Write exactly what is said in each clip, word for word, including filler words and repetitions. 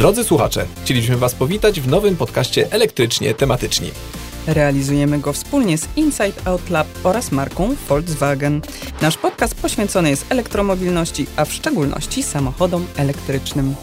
Drodzy słuchacze, chcieliśmy Was powitać w nowym podcaście Elektrycznie Tematyczni. Realizujemy go wspólnie z Inside Out Lab oraz marką Volkswagen. Nasz podcast poświęcony jest elektromobilności, a w szczególności samochodom elektrycznym.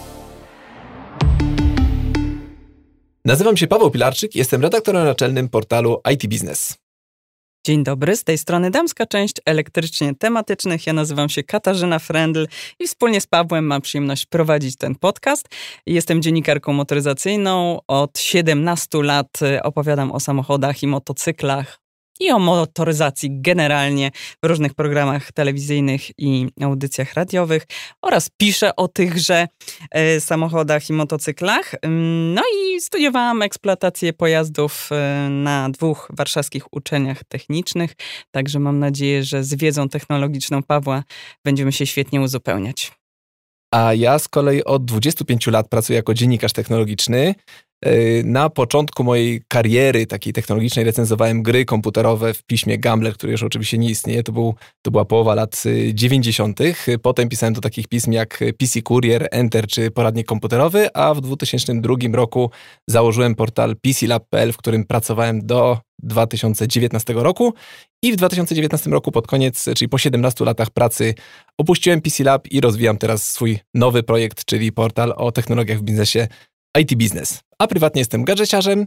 Nazywam się Paweł Pilarczyk, jestem redaktorem naczelnym portalu I T Business. Dzień dobry, z tej strony damska część elektrycznie tematycznych. Ja nazywam się Katarzyna Frendl i wspólnie z Pawłem mam przyjemność prowadzić ten podcast. Jestem dziennikarką motoryzacyjną. Od siedemnastu lat opowiadam o samochodach i motocyklach i o motoryzacji generalnie w różnych programach telewizyjnych i audycjach radiowych oraz piszę o tychże e, samochodach i motocyklach. No i studiowałam eksploatację pojazdów e, na dwóch warszawskich uczelniach technicznych, także mam nadzieję, że z wiedzą technologiczną Pawła będziemy się świetnie uzupełniać. A ja z kolei od dwudziestu pięciu lat pracuję jako dziennikarz technologiczny. Na początku mojej kariery takiej technologicznej recenzowałem gry komputerowe w piśmie Gambler, które już oczywiście nie istnieje. To, był, to była połowa lat dziewięćdziesiątych. Potem pisałem do takich pism jak P C Courier, Enter czy Poradnik komputerowy, a w dwa tysiące drugim roku założyłem portal P C Lab kropka P L, w którym pracowałem do dwa tysiące dziewiętnastego roku i w dwa tysiące dziewiętnastym roku pod koniec, czyli po siedemnastu latach pracy opuściłem P C Lab i rozwijam teraz swój nowy projekt, czyli portal o technologiach w biznesie I T Business. A prywatnie jestem gadżeciarzem,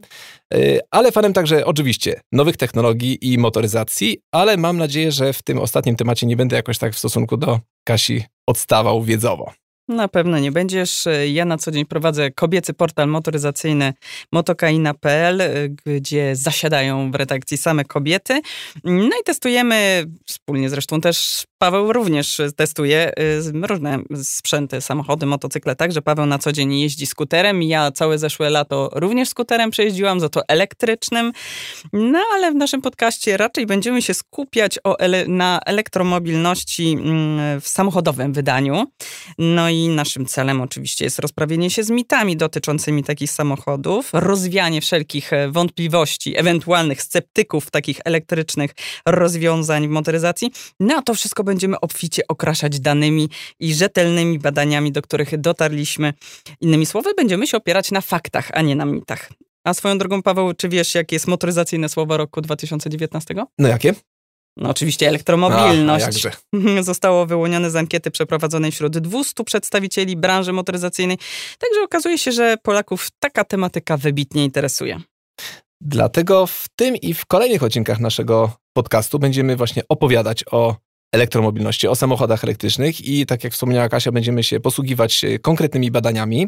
ale fanem także oczywiście nowych technologii i motoryzacji, ale mam nadzieję, że w tym ostatnim temacie nie będę jakoś tak w stosunku do Kasi odstawał wiedzowo. Na pewno nie będziesz. Ja na co dzień prowadzę kobiecy portal motoryzacyjny motokaina kropka P L, gdzie zasiadają w redakcji same kobiety. No i testujemy, wspólnie zresztą też Paweł również testuje różne sprzęty, samochody, motocykle. Także Paweł na co dzień jeździ skuterem. Ja całe zeszłe lato również skuterem przejeździłam, za to elektrycznym. No ale w naszym podcaście raczej będziemy się skupiać o ele- na elektromobilności w samochodowym wydaniu. No i naszym celem oczywiście jest rozprawienie się z mitami dotyczącymi takich samochodów, rozwianie wszelkich wątpliwości, ewentualnych sceptyków takich elektrycznych rozwiązań w motoryzacji. No a to wszystko będziemy obficie okraszać danymi i rzetelnymi badaniami, do których dotarliśmy. Innymi słowy, będziemy się opierać na faktach, a nie na mitach. A swoją drogą, Paweł, czy wiesz, jakie jest motoryzacyjne słowo roku dwa tysiące dziewiętnastego? No jakie? No oczywiście elektromobilność. A, jakże. Zostało wyłonione z ankiety przeprowadzonej wśród dwustu przedstawicieli branży motoryzacyjnej. Także okazuje się, że Polaków taka tematyka wybitnie interesuje. Dlatego w tym i w kolejnych odcinkach naszego podcastu będziemy właśnie opowiadać o elektromobilności, o samochodach elektrycznych i tak jak wspomniała Kasia, będziemy się posługiwać konkretnymi badaniami.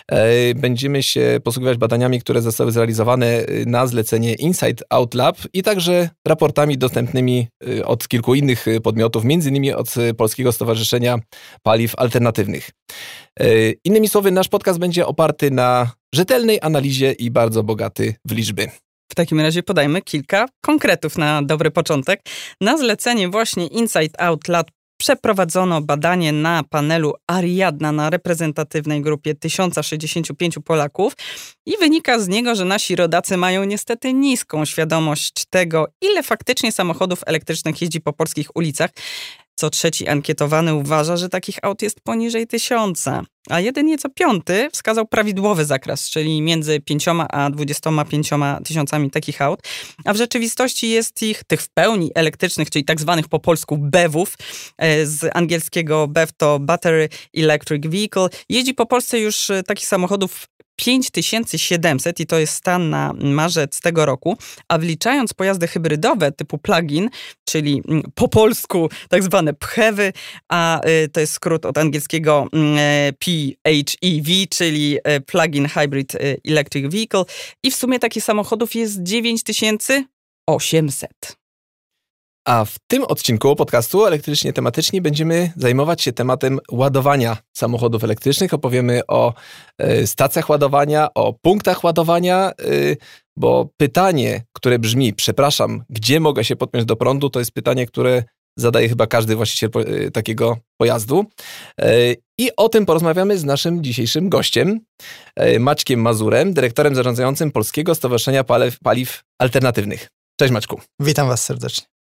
Będziemy się posługiwać badaniami, które zostały zrealizowane na zlecenie Inside Out Lab i także raportami dostępnymi od kilku innych podmiotów, między innymi od Polskiego Stowarzyszenia Paliw Alternatywnych. Innymi słowy, nasz podcast będzie oparty na rzetelnej analizie i bardzo bogaty w liczby. W takim razie podajmy kilka konkretów na dobry początek. Na zlecenie właśnie Inside Out Lab przeprowadzono badanie na panelu Ariadna na reprezentatywnej grupie tysiąc sześćdziesięciu pięciu Polaków i wynika z niego, że nasi rodacy mają niestety niską świadomość tego, ile faktycznie samochodów elektrycznych jeździ po polskich ulicach. Co trzeci ankietowany uważa, że takich aut jest poniżej tysiąca, a jedynie co piąty wskazał prawidłowy zakres, czyli między pięcioma a dwudziestoma pięcioma tysiącami takich aut, a w rzeczywistości jest ich, tych w pełni elektrycznych, czyli tak zwanych po polsku B E W-ów, z angielskiego B E W to Battery Electric Vehicle, jeździ po Polsce już takich samochodów pięć tysięcy siedemset i to jest stan na marzec tego roku, a wliczając pojazdy hybrydowe typu plug-in, czyli po polsku tak zwane pchewy, a to jest skrót od angielskiego P H E V, czyli Plug-in Hybrid Electric Vehicle i w sumie takich samochodów jest dziewięć tysięcy osiemset. A w tym odcinku podcastu Elektrycznie Tematyczni będziemy zajmować się tematem ładowania samochodów elektrycznych. Opowiemy o y, stacjach ładowania, o punktach ładowania, y, bo pytanie, które brzmi, przepraszam, gdzie mogę się podpiąć do prądu, to jest pytanie, które zadaje chyba każdy właściciel po, y, takiego pojazdu. Y, I o tym porozmawiamy z naszym dzisiejszym gościem, y, Maćkiem Mazurem, dyrektorem zarządzającym Polskiego Stowarzyszenia Paliw, Paliw Alternatywnych. Cześć Maćku. Witam Was serdecznie.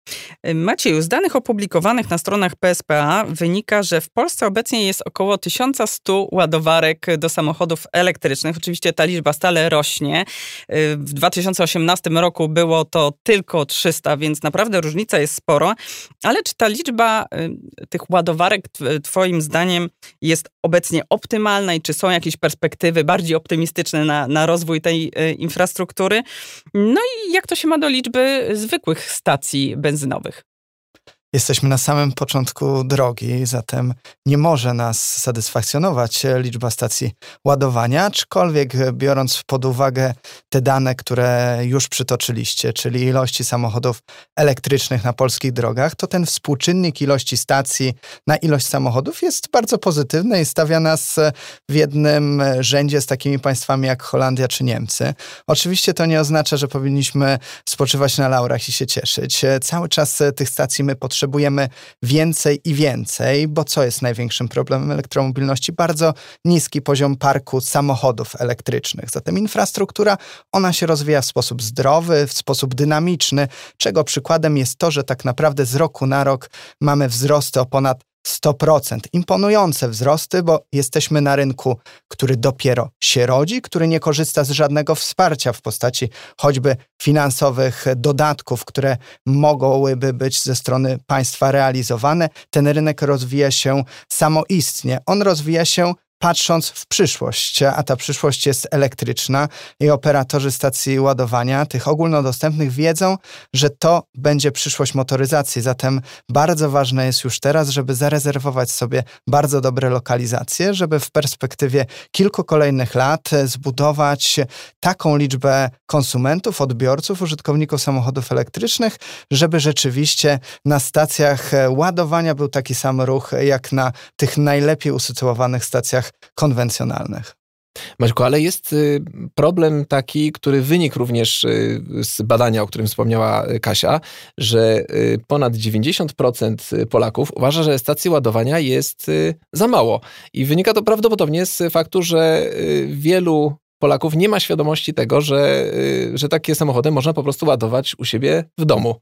Macieju, z danych opublikowanych na stronach P S P A wynika, że w Polsce obecnie jest około tysiąc sto ładowarek do samochodów elektrycznych. Oczywiście ta liczba stale rośnie. W dwa tysiące osiemnastym roku było to tylko trzysta, więc naprawdę różnica jest spora. Ale czy ta liczba tych ładowarek twoim zdaniem jest obecnie optymalna i czy są jakieś perspektywy bardziej optymistyczne na, na rozwój tej infrastruktury? No i jak to się ma do liczby zwykłych stacji benzynowych? Jesteśmy na samym początku drogi, zatem nie może nas satysfakcjonować liczba stacji ładowania, aczkolwiek biorąc pod uwagę te dane, które już przytoczyliście, czyli ilości samochodów elektrycznych na polskich drogach, to ten współczynnik ilości stacji na ilość samochodów jest bardzo pozytywny i stawia nas w jednym rzędzie z takimi państwami jak Holandia czy Niemcy. Oczywiście to nie oznacza, że powinniśmy spoczywać na laurach i się cieszyć. Cały czas tych stacji my potrzebujemy. Potrzebujemy więcej i więcej, bo co jest największym problemem elektromobilności? Bardzo niski poziom parku samochodów elektrycznych. Zatem infrastruktura, ona się rozwija w sposób zdrowy, w sposób dynamiczny, czego przykładem jest to, że tak naprawdę z roku na rok mamy wzrosty o ponad sto procent. Imponujące wzrosty, bo jesteśmy na rynku, który dopiero się rodzi, który nie korzysta z żadnego wsparcia w postaci choćby finansowych dodatków, które mogłyby być ze strony państwa realizowane. Ten rynek rozwija się samoistnie. On rozwija się patrząc w przyszłość, a ta przyszłość jest elektryczna i operatorzy stacji ładowania, tych ogólnodostępnych, wiedzą, że to będzie przyszłość motoryzacji. Zatem bardzo ważne jest już teraz, żeby zarezerwować sobie bardzo dobre lokalizacje, żeby w perspektywie kilku kolejnych lat zbudować taką liczbę konsumentów, odbiorców, użytkowników samochodów elektrycznych, żeby rzeczywiście na stacjach ładowania był taki sam ruch, jak na tych najlepiej usytuowanych stacjach konwencjonalnych. Maćku, ale jest problem taki, który wynikł również z badania, o którym wspomniała Kasia, że ponad dziewięćdziesiąt procent Polaków uważa, że stacji ładowania jest za mało. I wynika to prawdopodobnie z faktu, że wielu Polaków nie ma świadomości tego, że, że takie samochody można po prostu ładować u siebie w domu.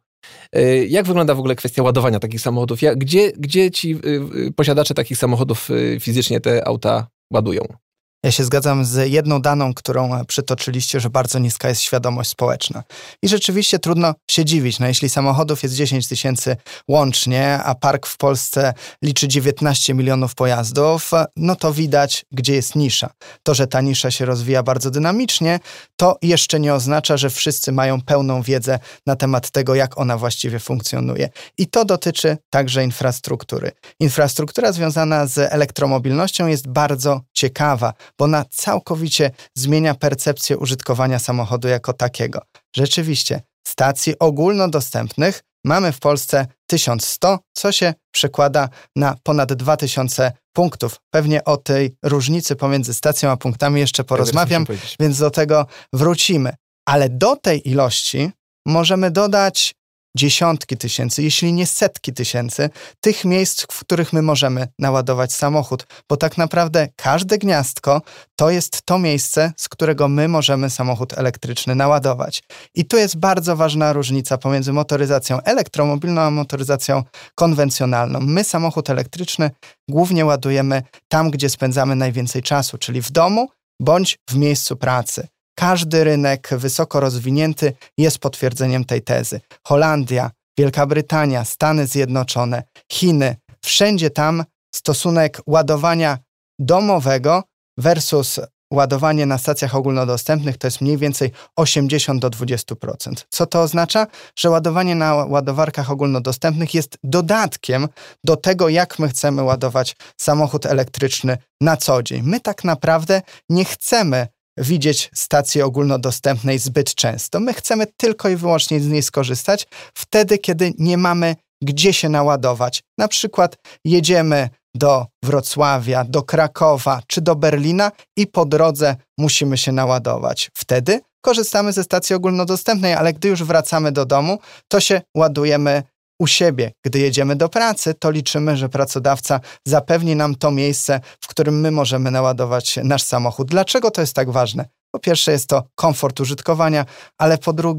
Jak wygląda w ogóle kwestia ładowania takich samochodów? Jak, gdzie, gdzie ci posiadacze takich samochodów fizycznie te auta ładują? Ja się zgadzam z jedną daną, którą przytoczyliście, że bardzo niska jest świadomość społeczna. I rzeczywiście trudno się dziwić. No, jeśli samochodów jest dziesięć tysięcy łącznie, a park w Polsce liczy dziewiętnaście milionów pojazdów, no to widać, gdzie jest nisza. To, że ta nisza się rozwija bardzo dynamicznie, to jeszcze nie oznacza, że wszyscy mają pełną wiedzę na temat tego, jak ona właściwie funkcjonuje. I to dotyczy także infrastruktury. Infrastruktura związana z elektromobilnością jest bardzo ciekawa, bo ona całkowicie zmienia percepcję użytkowania samochodu jako takiego. Rzeczywiście, stacji ogólnodostępnych mamy w Polsce tysiąc sto, co się przekłada na ponad dwa tysiące punktów. Pewnie o tej różnicy pomiędzy stacją a punktami jeszcze porozmawiam, więc do tego wrócimy. Ale do tej ilości możemy dodać dziesiątki tysięcy, jeśli nie setki tysięcy, tych miejsc, w których my możemy naładować samochód, bo tak naprawdę każde gniazdko to jest to miejsce, z którego my możemy samochód elektryczny naładować. I tu jest bardzo ważna różnica pomiędzy motoryzacją elektromobilną a motoryzacją konwencjonalną. My samochód elektryczny głównie ładujemy tam, gdzie spędzamy najwięcej czasu, czyli w domu bądź w miejscu pracy. Każdy rynek wysoko rozwinięty jest potwierdzeniem tej tezy. Holandia, Wielka Brytania, Stany Zjednoczone, Chiny. Wszędzie tam stosunek ładowania domowego versus ładowanie na stacjach ogólnodostępnych to jest mniej więcej osiemdziesiąt do dwudziestu procent. Co to oznacza? Że ładowanie na ładowarkach ogólnodostępnych jest dodatkiem do tego, jak my chcemy ładować samochód elektryczny na co dzień. My tak naprawdę nie chcemy widzieć stacji ogólnodostępnej zbyt często. My chcemy tylko i wyłącznie z niej skorzystać wtedy, kiedy nie mamy gdzie się naładować. Na przykład jedziemy do Wrocławia, do Krakowa czy do Berlina i po drodze musimy się naładować. Wtedy korzystamy ze stacji ogólnodostępnej, ale gdy już wracamy do domu, to się ładujemy u siebie. Gdy jedziemy do pracy, to liczymy, że pracodawca zapewni nam to miejsce, w którym my możemy naładować nasz samochód. Dlaczego to jest tak ważne? Po pierwsze jest to komfort użytkowania, ale po drugie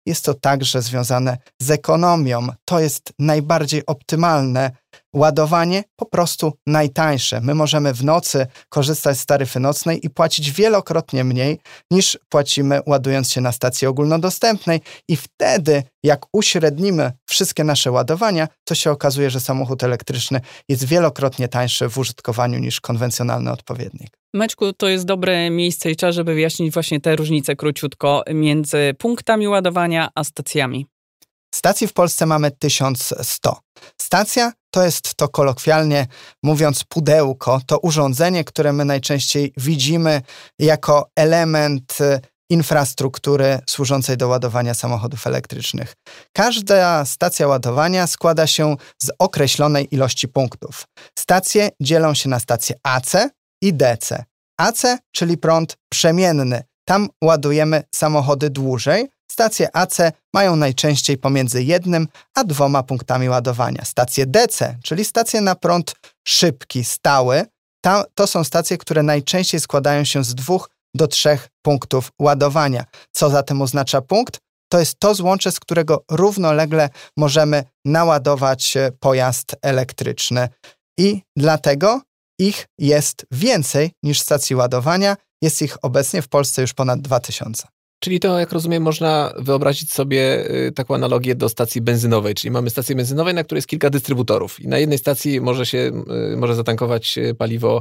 jest to także związane z ekonomią. To jest najbardziej optymalne ładowanie, po prostu najtańsze. My możemy w nocy korzystać z taryfy nocnej i płacić wielokrotnie mniej niż płacimy ładując się na stacji ogólnodostępnej i wtedy jak uśrednimy wszystkie nasze ładowania, to się okazuje, że samochód elektryczny jest wielokrotnie tańszy w użytkowaniu niż konwencjonalny odpowiednik. Maćku, to jest dobre miejsce i czas, żeby wyjaśnić właśnie te różnice króciutko między punktami ładowania a stacjami. Stacji w Polsce mamy tysiąc sto. Stacja to jest to kolokwialnie mówiąc pudełko, to urządzenie, które my najczęściej widzimy jako element infrastruktury służącej do ładowania samochodów elektrycznych. Każda stacja ładowania składa się z określonej ilości punktów. Stacje dzielą się na stacje A C i D C. A C, czyli prąd przemienny. Tam ładujemy samochody dłużej. Stacje A C mają najczęściej pomiędzy jednym a dwoma punktami ładowania. Stacje D C, czyli stacje na prąd szybki, stały, ta, to są stacje, które najczęściej składają się z dwóch do trzech punktów ładowania. Co zatem oznacza punkt? To jest to złącze, z którego równolegle możemy naładować pojazd elektryczny. I dlatego ich jest więcej niż stacji ładowania. Jest ich obecnie w Polsce już ponad dwa tysiące. Czyli to, jak rozumiem, można wyobrazić sobie taką analogię do stacji benzynowej, czyli mamy stację benzynową, na której jest kilka dystrybutorów i na jednej stacji może się, może zatankować paliwo,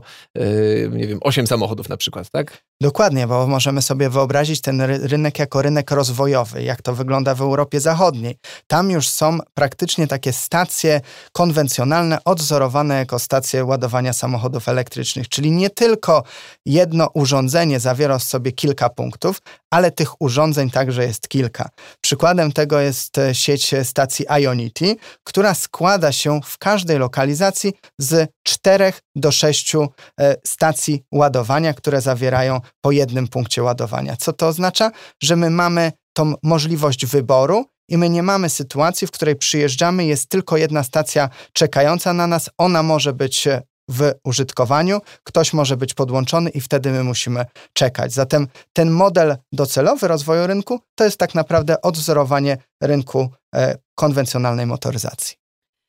nie wiem, osiem samochodów na przykład, tak? Dokładnie, bo możemy sobie wyobrazić ten rynek jako rynek rozwojowy, jak to wygląda w Europie Zachodniej. Tam już są praktycznie takie stacje konwencjonalne, odzorowane jako stacje ładowania samochodów elektrycznych, czyli nie tylko jedno urządzenie zawiera w sobie kilka punktów, ale tych urządzeń także jest kilka. Przykładem tego jest sieć stacji Ionity, która składa się w każdej lokalizacji z czterech do sześciu stacji ładowania, które zawierają po jednym punkcie ładowania. Co to oznacza? Że my mamy tą możliwość wyboru i my nie mamy sytuacji, w której przyjeżdżamy, jest tylko jedna stacja czekająca na nas, ona może być w użytkowaniu, ktoś może być podłączony i wtedy my musimy czekać. Zatem ten model docelowy rozwoju rynku to jest tak naprawdę odwzorowanie rynku e, konwencjonalnej motoryzacji.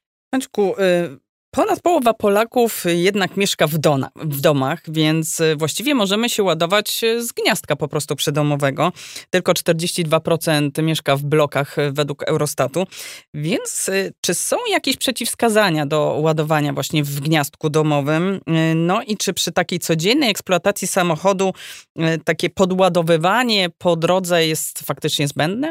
Maćku, y- ponad połowa Polaków jednak mieszka w, dona, w domach, więc właściwie możemy się ładować z gniazdka po prostu przydomowego. Tylko czterdzieści dwa procent mieszka w blokach według Eurostatu. Więc czy są jakieś przeciwwskazania do ładowania właśnie w gniazdku domowym? No i czy przy takiej codziennej eksploatacji samochodu takie podładowywanie po drodze jest faktycznie zbędne?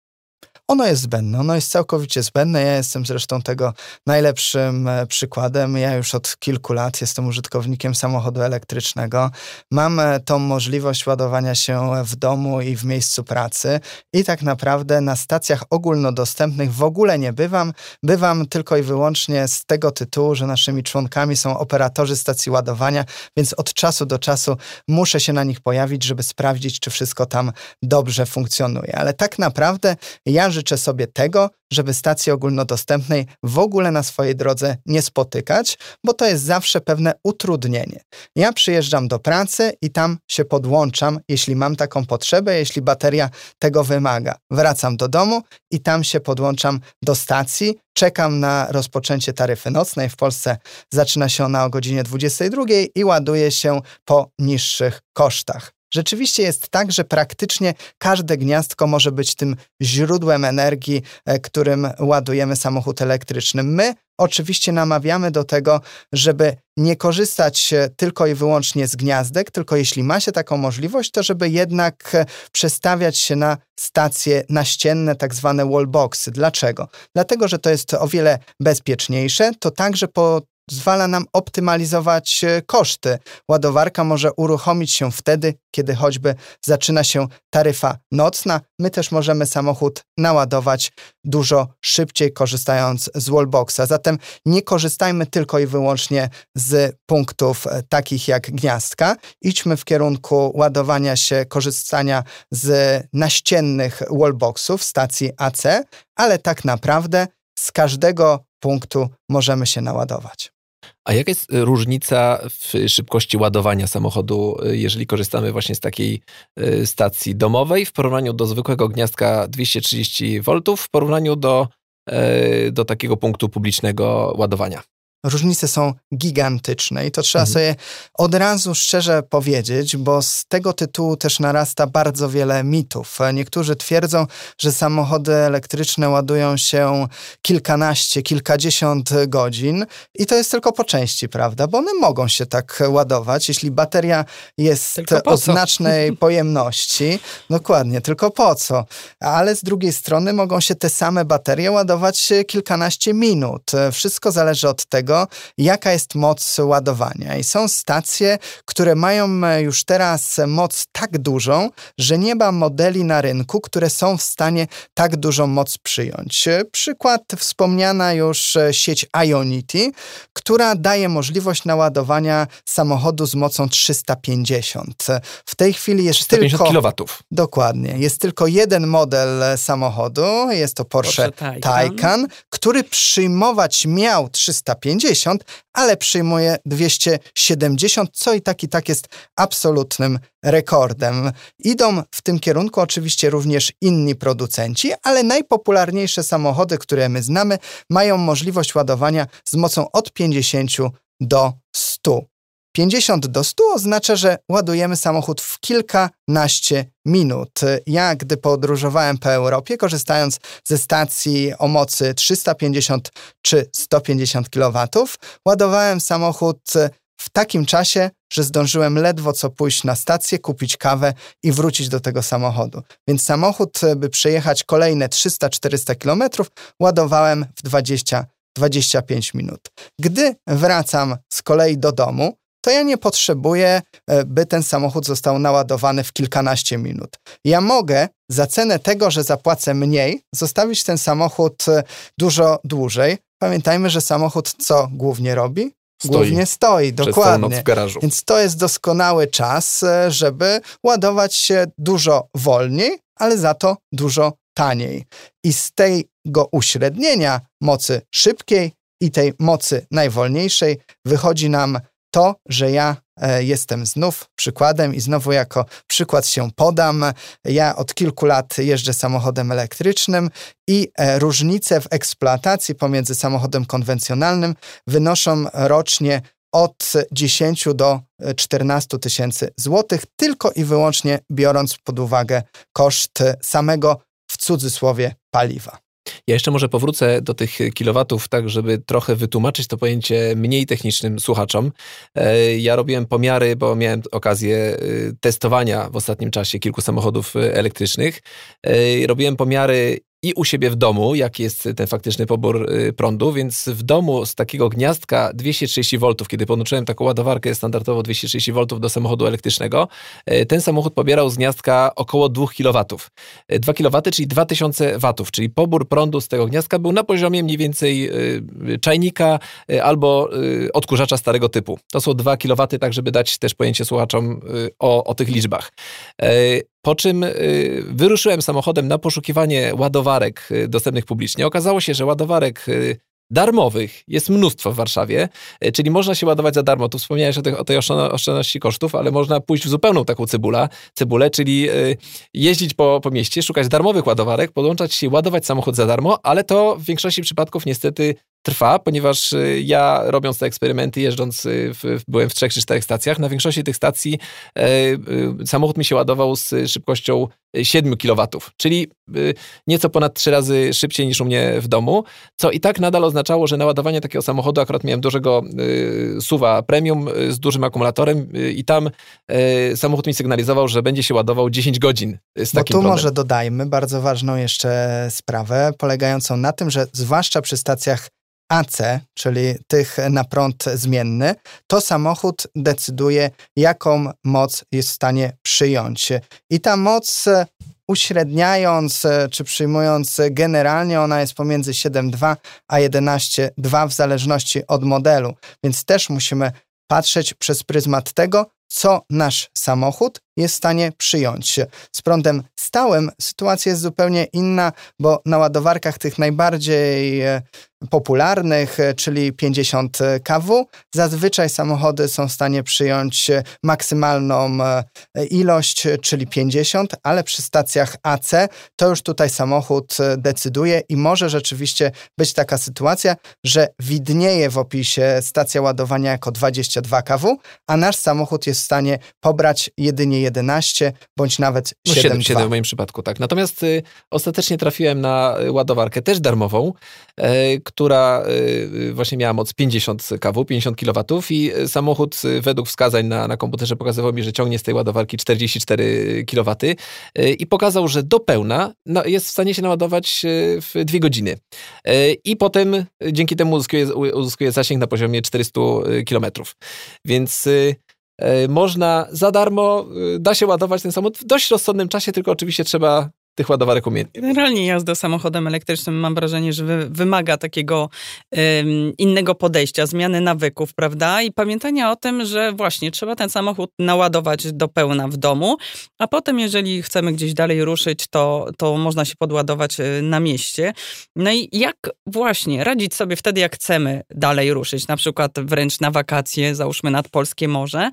Ono jest zbędne, ono jest całkowicie zbędne. Ja jestem zresztą tego najlepszym przykładem. Ja już od kilku lat jestem użytkownikiem samochodu elektrycznego. Mam tą możliwość ładowania się w domu i w miejscu pracy i tak naprawdę na stacjach ogólnodostępnych w ogóle nie bywam. Bywam tylko i wyłącznie z tego tytułu, że naszymi członkami są operatorzy stacji ładowania, więc od czasu do czasu muszę się na nich pojawić, żeby sprawdzić, czy wszystko tam dobrze funkcjonuje. Ale tak naprawdę ja życzę sobie tego, żeby stacji ogólnodostępnej w ogóle na swojej drodze nie spotykać, bo to jest zawsze pewne utrudnienie. Ja przyjeżdżam do pracy i tam się podłączam, jeśli mam taką potrzebę, jeśli bateria tego wymaga. Wracam do domu i tam się podłączam do stacji, czekam na rozpoczęcie taryfy nocnej. W Polsce zaczyna się ona o godzinie dwudziestej drugiej i ładuje się po niższych kosztach. Rzeczywiście jest tak, że praktycznie każde gniazdko może być tym źródłem energii, którym ładujemy samochód elektryczny. My oczywiście namawiamy do tego, żeby nie korzystać tylko i wyłącznie z gniazdek, tylko jeśli ma się taką możliwość, to żeby jednak przestawiać się na stacje naścienne, tak zwane wallboxy. Dlaczego? Dlatego, że to jest o wiele bezpieczniejsze, to także po pozwala nam optymalizować koszty. Ładowarka może uruchomić się wtedy, kiedy choćby zaczyna się taryfa nocna. My też możemy samochód naładować dużo szybciej, korzystając z wallboxa. Zatem nie korzystajmy tylko i wyłącznie z punktów takich jak gniazdka. Idźmy w kierunku ładowania się, korzystania z naściennych wallboxów stacji A C, ale tak naprawdę z każdego punktu możemy się naładować. A jaka jest różnica w szybkości ładowania samochodu, jeżeli korzystamy właśnie z takiej stacji domowej w porównaniu do zwykłego gniazdka dwieście trzydzieści woltów, w porównaniu do, do takiego punktu publicznego ładowania? Różnice są gigantyczne i to trzeba mhm. sobie od razu szczerze powiedzieć, bo z tego tytułu też narasta bardzo wiele mitów. Niektórzy twierdzą, że samochody elektryczne ładują się kilkanaście, kilkadziesiąt godzin i to jest tylko po części, prawda? Bo one mogą się tak ładować, jeśli bateria jest o znacznej pojemności. Dokładnie, tylko po co? Ale z drugiej strony mogą się te same baterie ładować kilkanaście minut. Wszystko zależy od tego, jaka jest moc ładowania. I są stacje, które mają już teraz moc tak dużą, że nie ma modeli na rynku, które są w stanie tak dużą moc przyjąć. Przykład wspomniana już sieć Ionity, która daje możliwość naładowania samochodu z mocą trzysta pięćdziesiąt. W tej chwili jest trzysta pięćdziesiąt tylko... kilowatów. Dokładnie. Jest tylko jeden model samochodu, jest to Porsche, Porsche Taycan, Taycan, który przyjmować miał trzysta pięćdziesiąt, ale przyjmuje dwieście siedemdziesiąt, co i tak i tak jest absolutnym rekordem. Idą w tym kierunku oczywiście również inni producenci, ale najpopularniejsze samochody, które my znamy, mają możliwość ładowania z mocą od pięćdziesięciu do stu. pięćdziesiąt do stu oznacza, że ładujemy samochód w kilkanaście minut. Ja, gdy podróżowałem po Europie, korzystając ze stacji o mocy trzysta pięćdziesiąt czy sto pięćdziesiąt kilowatów, ładowałem samochód w takim czasie, że zdążyłem ledwo co pójść na stację, kupić kawę i wrócić do tego samochodu. Więc samochód, by przejechać kolejne trzysta czterysta kilometrów, ładowałem w dwadzieścia do dwudziestu pięciu minut. Gdy wracam z kolei do domu, to ja nie potrzebuję, by ten samochód został naładowany w kilkanaście minut. Ja mogę za cenę tego, że zapłacę mniej, zostawić ten samochód dużo dłużej. Pamiętajmy, że samochód co głównie robi? Stoi. Głównie stoi, Przez dokładnie. całą noc w garażu. Więc to jest doskonały czas, żeby ładować się dużo wolniej, ale za to dużo taniej. I z tego uśrednienia mocy szybkiej i tej mocy najwolniejszej wychodzi nam to, że ja e, jestem znów przykładem i znowu jako przykład się podam. Ja od kilku lat jeżdżę samochodem elektrycznym i e, różnice w eksploatacji pomiędzy samochodem konwencjonalnym wynoszą rocznie od dziesięciu do czternastu tysięcy złotych, tylko i wyłącznie biorąc pod uwagę koszt samego, w cudzysłowie, paliwa. Ja jeszcze może powrócę do tych kilowatów, tak żeby trochę wytłumaczyć to pojęcie mniej technicznym słuchaczom. Ja robiłem pomiary, bo miałem okazję testowania w ostatnim czasie kilku samochodów elektrycznych. Robiłem pomiary i u siebie w domu, jaki jest ten faktyczny pobór prądu, więc w domu z takiego gniazdka dwieście trzydzieści woltów, kiedy podłączyłem taką ładowarkę standardowo dwieście trzydzieści woltów do samochodu elektrycznego, ten samochód pobierał z gniazdka około dwa kilowatów. dwa kilowaty, czyli dwa tysiące watów, czyli pobór prądu z tego gniazdka był na poziomie mniej więcej czajnika albo odkurzacza starego typu. To są dwa kilowaty, tak żeby dać też pojęcie słuchaczom o, o tych liczbach. Po czym y, wyruszyłem samochodem na poszukiwanie ładowarek y, dostępnych publicznie. Okazało się, że ładowarek y, darmowych jest mnóstwo w Warszawie, y, czyli można się ładować za darmo. Tu wspomniałeś o, tych, o tej oszczędności kosztów, ale można pójść w zupełną taką cebulę, cebulę czyli y, jeździć po, po mieście, szukać darmowych ładowarek, podłączać się, ładować samochód za darmo, ale to w większości przypadków niestety trwa, ponieważ ja robiąc te eksperymenty, jeżdżąc, w, byłem w trzech czy czterech stacjach, na większości tych stacji e, e, samochód mi się ładował z szybkością siedmiu kilowatów, czyli e, nieco ponad trzy razy szybciej niż u mnie w domu, co i tak nadal oznaczało, że naładowanie takiego samochodu, akurat miałem dużego e, suwa premium e, z dużym akumulatorem e, i tam e, samochód mi sygnalizował, że będzie się ładował dziesięć godzin z Bo takim tu prądem. może dodajmy bardzo ważną jeszcze sprawę, polegającą na tym, że zwłaszcza przy stacjach A C, czyli tych na prąd zmienny, to samochód decyduje, jaką moc jest w stanie przyjąć. I ta moc, uśredniając czy przyjmując generalnie, ona jest pomiędzy siedem przecinek dwa a jedenaście przecinek dwa w zależności od modelu. Więc też musimy patrzeć przez pryzmat tego, co nasz samochód jest w stanie przyjąć. Z prądem stałym sytuacja jest zupełnie inna, bo na ładowarkach tych najbardziej popularnych, czyli pięćdziesiąt kW, zazwyczaj samochody są w stanie przyjąć maksymalną ilość, czyli pięćdziesiąt, ale przy stacjach A C to już tutaj samochód decyduje i może rzeczywiście być taka sytuacja, że widnieje w opisie stacja ładowania jako dwadzieścia dwa kW, a nasz samochód jest w stanie pobrać jedynie jedenaście bądź nawet siedem przecinek dwa. siedem w moim przypadku, tak. Natomiast y, ostatecznie trafiłem na ładowarkę też darmową, y, która y, właśnie miała moc pięćdziesiąt kW, pięćdziesiąt kilowatów i samochód y, według wskazań na, na komputerze pokazywał mi, że ciągnie z tej ładowarki czterdzieści cztery kilowaty y, i pokazał, że do pełna no, jest w stanie się naładować y, w dwie godziny. Y, I potem y, dzięki temu uzyskuje, uzyskuje zasięg na poziomie czterysta kilometrów. Więc y, y, można za darmo, y, da się ładować ten samochód w dość rozsądnym czasie, tylko oczywiście trzeba tych ładowarek umiejętnie. Generalnie jazda samochodem elektrycznym mam wrażenie, że wy, wymaga takiego um, innego podejścia, zmiany nawyków, prawda? I pamiętania o tym, że właśnie trzeba ten samochód naładować do pełna w domu, a potem jeżeli chcemy gdzieś dalej ruszyć, to, to można się podładować na mieście. No i jak właśnie radzić sobie wtedy, jak chcemy dalej ruszyć, na przykład wręcz na wakacje, załóżmy nad Polskie Morze.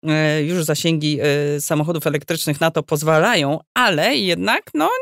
Już zasięgi samochodów elektrycznych na to pozwalają, ale jednak no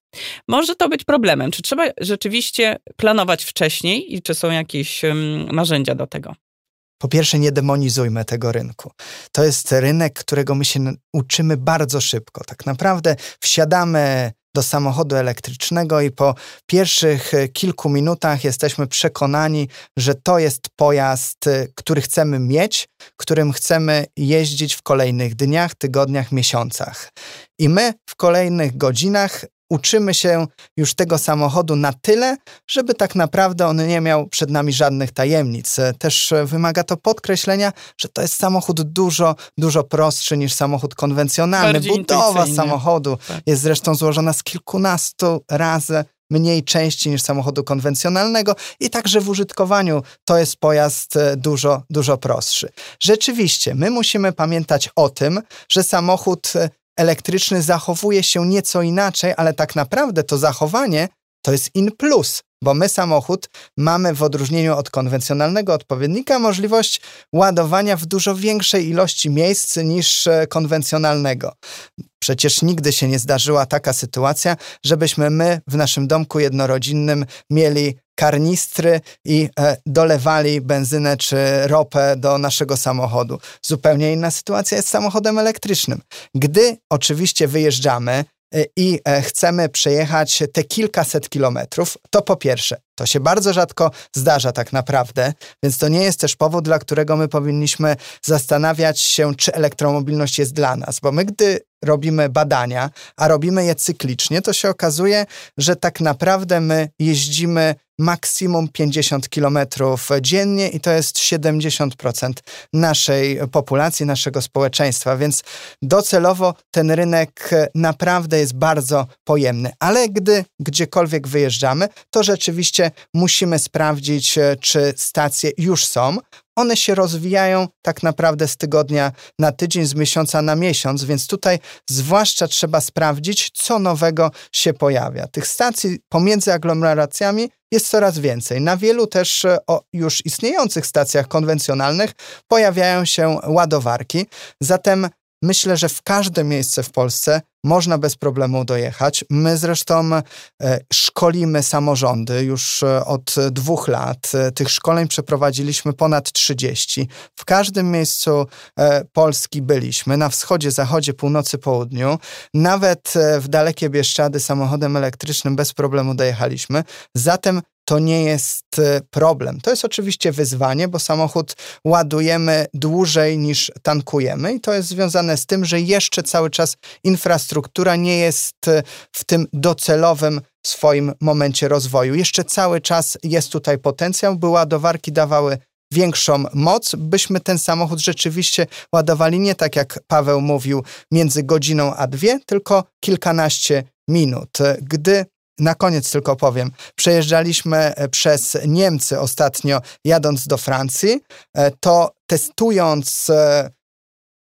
może to być problemem. Czy trzeba rzeczywiście planować wcześniej i czy są jakieś um, narzędzia do tego? Po pierwsze, nie demonizujmy tego rynku. To jest rynek, którego my się uczymy bardzo szybko. Tak naprawdę wsiadamy do samochodu elektrycznego i po pierwszych kilku minutach jesteśmy przekonani, że to jest pojazd, który chcemy mieć, którym chcemy jeździć w kolejnych dniach, tygodniach, miesiącach. I my w kolejnych godzinach uczymy się już tego samochodu na tyle, żeby tak naprawdę on nie miał przed nami żadnych tajemnic. Też wymaga to podkreślenia, że to jest samochód dużo, dużo prostszy niż samochód konwencjonalny. Bardziej Budowa samochodu tak. jest zresztą złożona z kilkunastu razy mniej części niż samochodu konwencjonalnego i także w użytkowaniu to jest pojazd dużo, dużo prostszy. Rzeczywiście, my musimy pamiętać o tym, że samochód elektryczny zachowuje się nieco inaczej, ale tak naprawdę to zachowanie to jest in plus, bo my samochód mamy w odróżnieniu od konwencjonalnego odpowiednika możliwość ładowania w dużo większej ilości miejsc niż konwencjonalnego. Przecież nigdy się nie zdarzyła taka sytuacja, żebyśmy my w naszym domku jednorodzinnym mieli karnistry i e, dolewali benzynę czy ropę do naszego samochodu. Zupełnie inna sytuacja jest z samochodem elektrycznym. Gdy oczywiście wyjeżdżamy e, i e, chcemy przejechać te kilkaset kilometrów, to po pierwsze, to się bardzo rzadko zdarza tak naprawdę, więc to nie jest też powód, dla którego my powinniśmy zastanawiać się, czy elektromobilność jest dla nas, bo my gdy robimy badania, a robimy je cyklicznie, to się okazuje, że tak naprawdę my jeździmy maksimum pięćdziesiąt kilometrów dziennie i to jest siedemdziesiąt procent naszej populacji, naszego społeczeństwa, więc docelowo ten rynek naprawdę jest bardzo pojemny. Ale gdy gdziekolwiek wyjeżdżamy, to rzeczywiście musimy sprawdzić, czy stacje już są. One się rozwijają tak naprawdę z tygodnia na tydzień, z miesiąca na miesiąc, więc tutaj zwłaszcza trzeba sprawdzić, co nowego się pojawia. Tych stacji pomiędzy aglomeracjami jest coraz więcej. Na wielu też o już istniejących stacjach konwencjonalnych pojawiają się ładowarki, zatem myślę, że w każde miejsce w Polsce można bez problemu dojechać. My zresztą e, szkolimy samorządy już e, od dwóch lat. E, tych szkoleń przeprowadziliśmy ponad trzydzieści. W każdym miejscu e, Polski byliśmy. Na wschodzie, zachodzie, północy, południu. Nawet e, w dalekie Bieszczady samochodem elektrycznym bez problemu dojechaliśmy. Zatem to nie jest problem. To jest oczywiście wyzwanie, bo samochód ładujemy dłużej niż tankujemy i to jest związane z tym, że jeszcze cały czas infrastruktura nie jest w tym docelowym swoim momencie rozwoju. Jeszcze cały czas jest tutaj potencjał, by ładowarki dawały większą moc, byśmy ten samochód rzeczywiście ładowali nie tak jak Paweł mówił między godziną a dwie, tylko kilkanaście minut. Gdy Na koniec tylko powiem, przejeżdżaliśmy przez Niemcy ostatnio jadąc do Francji, to testując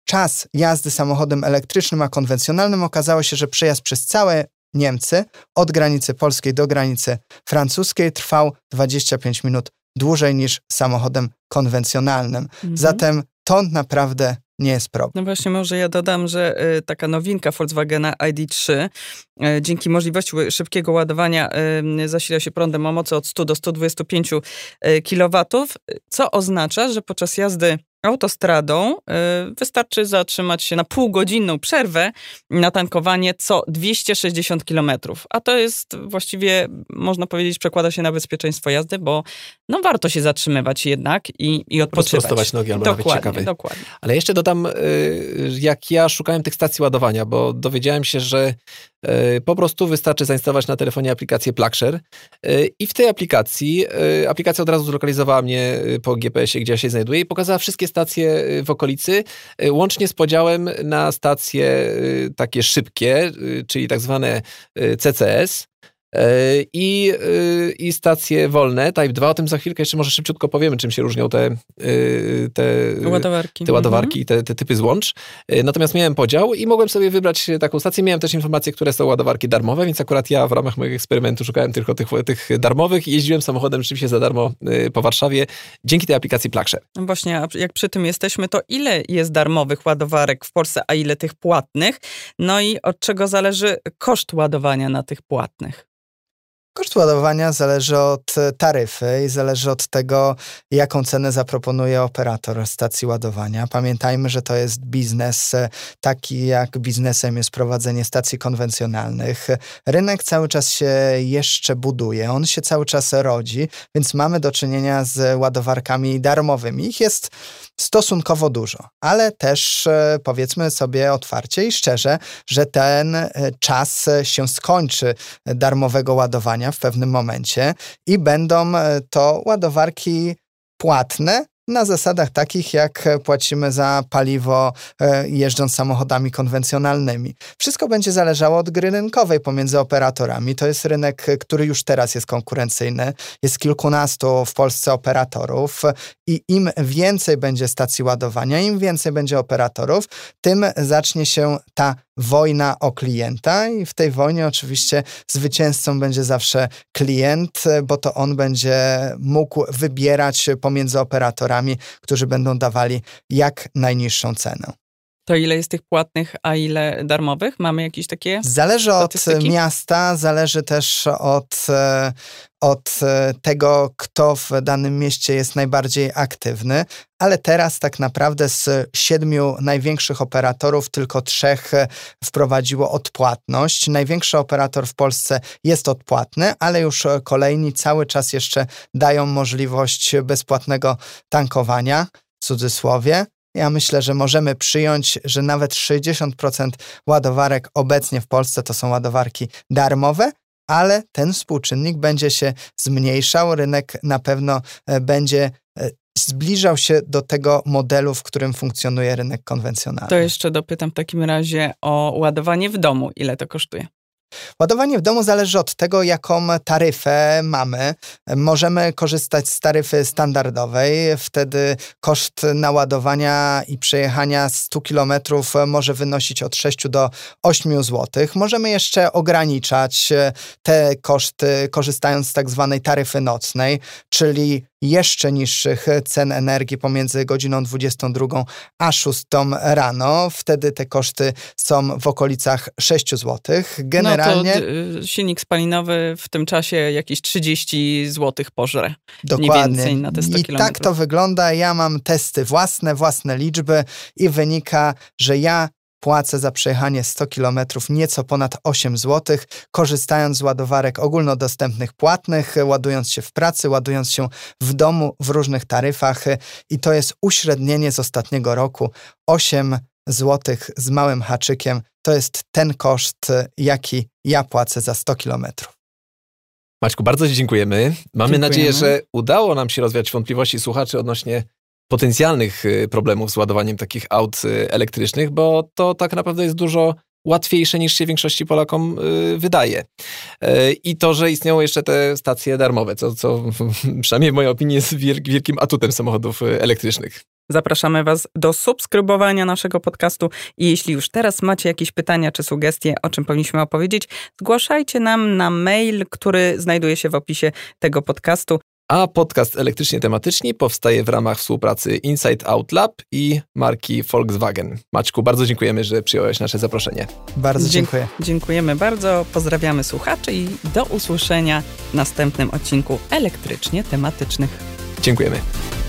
czas jazdy samochodem elektrycznym a konwencjonalnym, okazało się, że przejazd przez całe Niemcy od granicy polskiej do granicy francuskiej trwał dwadzieścia pięć minut dłużej niż samochodem konwencjonalnym. Mhm. Zatem to naprawdę nie jest problem. No właśnie, może ja dodam, że y, taka nowinka Volkswagena I D trzy y, dzięki możliwości szybkiego ładowania y, zasila się prądem o mocy od stu do stu dwudziestu pięciu kilowatów, co oznacza, że podczas jazdy autostradą y, wystarczy zatrzymać się na półgodzinną przerwę na tankowanie co dwieście sześćdziesiąt kilometrów. A to jest właściwie, można powiedzieć, przekłada się na bezpieczeństwo jazdy, bo no warto się zatrzymywać jednak i, i odpoczywać. Rozprostować nogi albo dokładnie, nawet ciekawy. Dokładnie. Ale jeszcze dodam, jak ja szukałem tych stacji ładowania, bo dowiedziałem się, że po prostu wystarczy zainstalować na telefonie aplikację PlugShare i w tej aplikacji, aplikacja od razu zlokalizowała mnie po G P S ie, gdzie ja się znajduję i pokazała wszystkie stacje w okolicy, łącznie z podziałem na stacje takie szybkie, czyli tak zwane C C S. I, i stacje wolne, Type dwa, o tym za chwilkę jeszcze może szybciutko powiemy, czym się różnią te, te ładowarki, te ładowarki i te, te typy złącz. Natomiast miałem podział i mogłem sobie wybrać taką stację. Miałem też informacje, które są ładowarki darmowe, więc akurat ja w ramach mojego eksperymentu szukałem tylko tych, tych darmowych i jeździłem samochodem rzeczywiście za darmo po Warszawie dzięki tej aplikacji PlugShare. No właśnie, a jak przy tym jesteśmy, to ile jest darmowych ładowarek w Polsce, a ile tych płatnych? No i od czego zależy koszt ładowania na tych płatnych? Koszt ładowania zależy od taryfy i zależy od tego, jaką cenę zaproponuje operator stacji ładowania. Pamiętajmy, że to jest biznes, taki jak biznesem jest prowadzenie stacji konwencjonalnych. Rynek cały czas się jeszcze buduje, on się cały czas rodzi, więc mamy do czynienia z ładowarkami darmowymi. Ich jest stosunkowo dużo, ale też powiedzmy sobie otwarcie i szczerze, że ten czas się skończy darmowego ładowania w pewnym momencie i będą to ładowarki płatne na zasadach takich, jak płacimy za paliwo jeżdżąc samochodami konwencjonalnymi. Wszystko będzie zależało od gry rynkowej pomiędzy operatorami. To jest rynek, który już teraz jest konkurencyjny. Jest kilkunastu w Polsce operatorów i im więcej będzie stacji ładowania, im więcej będzie operatorów, tym zacznie się ta wojna o klienta i w tej wojnie oczywiście zwycięzcą będzie zawsze klient, bo to on będzie mógł wybierać pomiędzy operatorami, którzy będą dawali jak najniższą cenę. To ile jest tych płatnych, a ile darmowych? Mamy jakieś takie Zależy statystyki? Od miasta, zależy też od, od tego, kto w danym mieście jest najbardziej aktywny, ale teraz tak naprawdę z siedmiu największych operatorów tylko trzech wprowadziło odpłatność. Największy operator w Polsce jest odpłatny, ale już kolejni cały czas jeszcze dają możliwość bezpłatnego tankowania, w cudzysłowie. Ja myślę, że możemy przyjąć, że nawet sześćdziesiąt procent ładowarek obecnie w Polsce to są ładowarki darmowe, ale ten współczynnik będzie się zmniejszał. Rynek na pewno będzie zbliżał się do tego modelu, w którym funkcjonuje rynek konwencjonalny. To jeszcze dopytam w takim razie o ładowanie w domu. Ile to kosztuje? Ładowanie w domu zależy od tego, jaką taryfę mamy. Możemy korzystać z taryfy standardowej, wtedy koszt naładowania i przejechania stu kilometrów może wynosić od sześciu do ośmiu złotych. Możemy jeszcze ograniczać te koszty, korzystając z tak zwanej taryfy nocnej, czyli jeszcze niższych cen energii pomiędzy godziną dwudziestą drugą a szóstą rano. Wtedy te koszty są w okolicach sześciu złotych. Generalnie... No to silnik spalinowy w tym czasie jakieś trzydzieści złotych pożre. Dokładnie. Mniej więcej na te sto I kilometrów. tak to wygląda. Ja mam testy własne, własne liczby i wynika, że ja płacę za przejechanie stu kilometrów nieco ponad osiem złotych, korzystając z ładowarek ogólnodostępnych płatnych, ładując się w pracy, ładując się w domu w różnych taryfach i to jest uśrednienie z ostatniego roku. osiem złotych z małym haczykiem to jest ten koszt, jaki ja płacę za sto kilometrów. Maćku, bardzo Ci dziękujemy. Mamy Dziękujemy. nadzieję, że udało nam się rozwiać wątpliwości słuchaczy odnośnie potencjalnych problemów z ładowaniem takich aut elektrycznych, bo to tak naprawdę jest dużo łatwiejsze niż się większości Polakom wydaje. I to, że istnieją jeszcze te stacje darmowe, co, co przynajmniej w mojej opinii jest wielkim atutem samochodów elektrycznych. Zapraszamy Was do subskrybowania naszego podcastu i jeśli już teraz macie jakieś pytania czy sugestie, o czym powinniśmy opowiedzieć, zgłaszajcie nam na mail, który znajduje się w opisie tego podcastu. A podcast Elektrycznie Tematycznie powstaje w ramach współpracy Inside Out Lab i marki Volkswagen. Maćku, bardzo dziękujemy, że przyjąłeś nasze zaproszenie. Bardzo dziękuję. Dziękujemy bardzo, pozdrawiamy słuchaczy i do usłyszenia w następnym odcinku Elektrycznie Tematycznych. Dziękujemy.